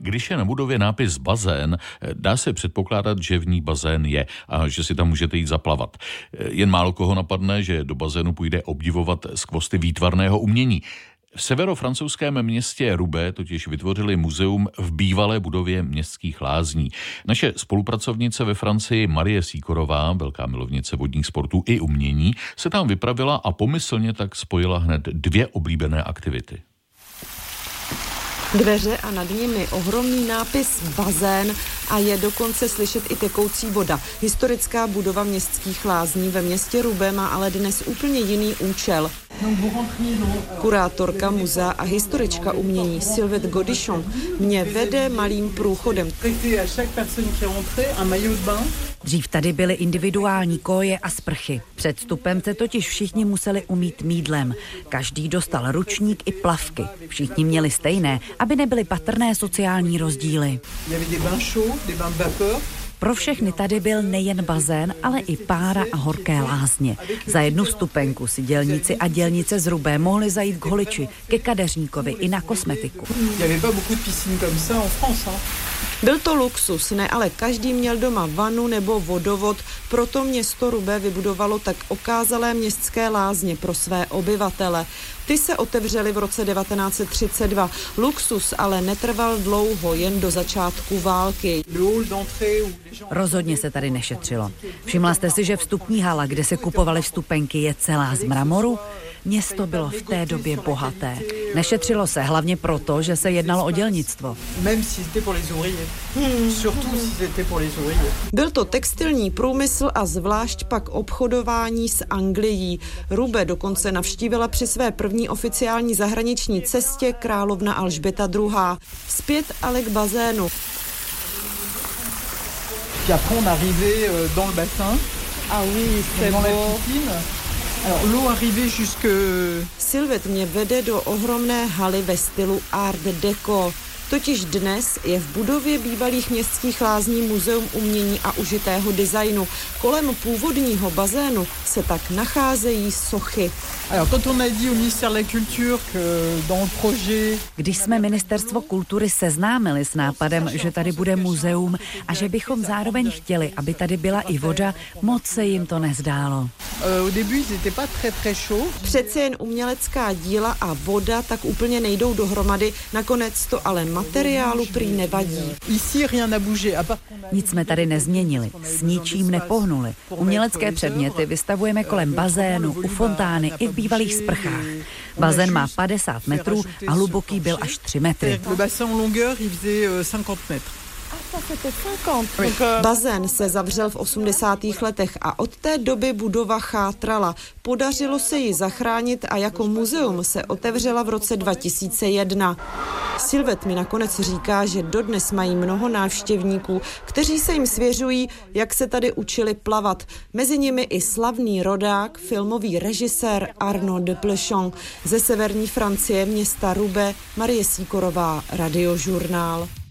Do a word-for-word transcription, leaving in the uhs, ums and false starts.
Když je na budově nápis bazén, dá se předpokládat, že v ní bazén je a že si tam můžete jít zaplavat. Jen málo koho napadne, že do bazénu půjde obdivovat skvosty výtvarného umění. V severofrancouzském městě Roubaix totiž vytvořili muzeum v bývalé budově městských lázní. Naše spolupracovnice ve Francii Marie Sikorová, velká milovnice vodních sportů i umění, se tam vypravila a pomyslně tak spojila hned dvě oblíbené aktivity. Dveře a nad nimi ohromný nápis bazén a je dokonce slyšet i tekoucí voda. Historická budova městských lázní ve městě Roubaix má ale dnes úplně jiný účel. Kurátorka muzea a historička umění Sylvette Godichon mě vede malým průchodem. Dřív tady byly individuální koje a sprchy. Před vstupem se totiž všichni museli umýt mýdlem. Každý dostal ručník i plavky. Všichni měli stejné, aby nebyly patrné sociální rozdíly. Pro všechny tady byl nejen bazén, ale i pára a horké lázně. Za jednu vstupenku si dělníci a dělnice z Roubaix mohli zajít k holiči, ke kadeřníkovi i na kosmetiku. Byl to luxus, ne, ale každý měl doma vanu nebo vodovod, proto město Roubaix vybudovalo tak okázalé městské lázně pro své obyvatele. Ty se otevřely v roce devatenáct set třicet dva. Luxus ale netrval dlouho, jen do začátku války. Rozhodně se tady nešetřilo. Všimla jste si, že vstupní hala, kde se kupovaly vstupenky, je celá z mramoru? Město bylo v té době bohaté. Nešetřilo se hlavně proto, že se jednalo o dělnictvo. Byl to textilní průmysl a zvlášť pak obchodování s Anglií. Roubaix dokonce navštívila při své první oficiální zahraniční cestě královna Alžběta druhá. Zpět ale k bazénu. Ah oui, c'est beau. Alors, l'eau arrivait jusque... Sylvette mě vede do ohromné haly ve stylu Art Deco. Totiž dnes je v budově bývalých městských lázní muzeum umění a užitého designu. Kolem původního bazénu se tak nacházejí sochy. Když jsme ministerstvo kultury seznámili s nápadem, že tady bude muzeum a že bychom zároveň chtěli, aby tady byla i voda, moc se jim to nezdálo. Přece jen umělecká díla a voda tak úplně nejdou dohromady, nakonec to ale materiálu prý nevadí. Nic jsme tady nezměnili, s ničím nepohnuli. Umělecké předměty vystavujeme kolem bazénu, u fontány i v bývalých sprchách. Bazén má padesát metrů a hluboký byl až tři metry. Bazén se zavřel v osmdesátých letech a od té doby budova chátrala. Podařilo se ji zachránit a jako muzeum se otevřela v roce dva tisíce jedna. Sylvette mi nakonec říká, že dodnes mají mnoho návštěvníků, kteří se jim svěřují, jak se tady učili plavat. Mezi nimi i slavný rodák, filmový režisér Arnaud de Plechon. Ze severní Francie, města Roubaix, Marie Sikorová, Radiožurnál.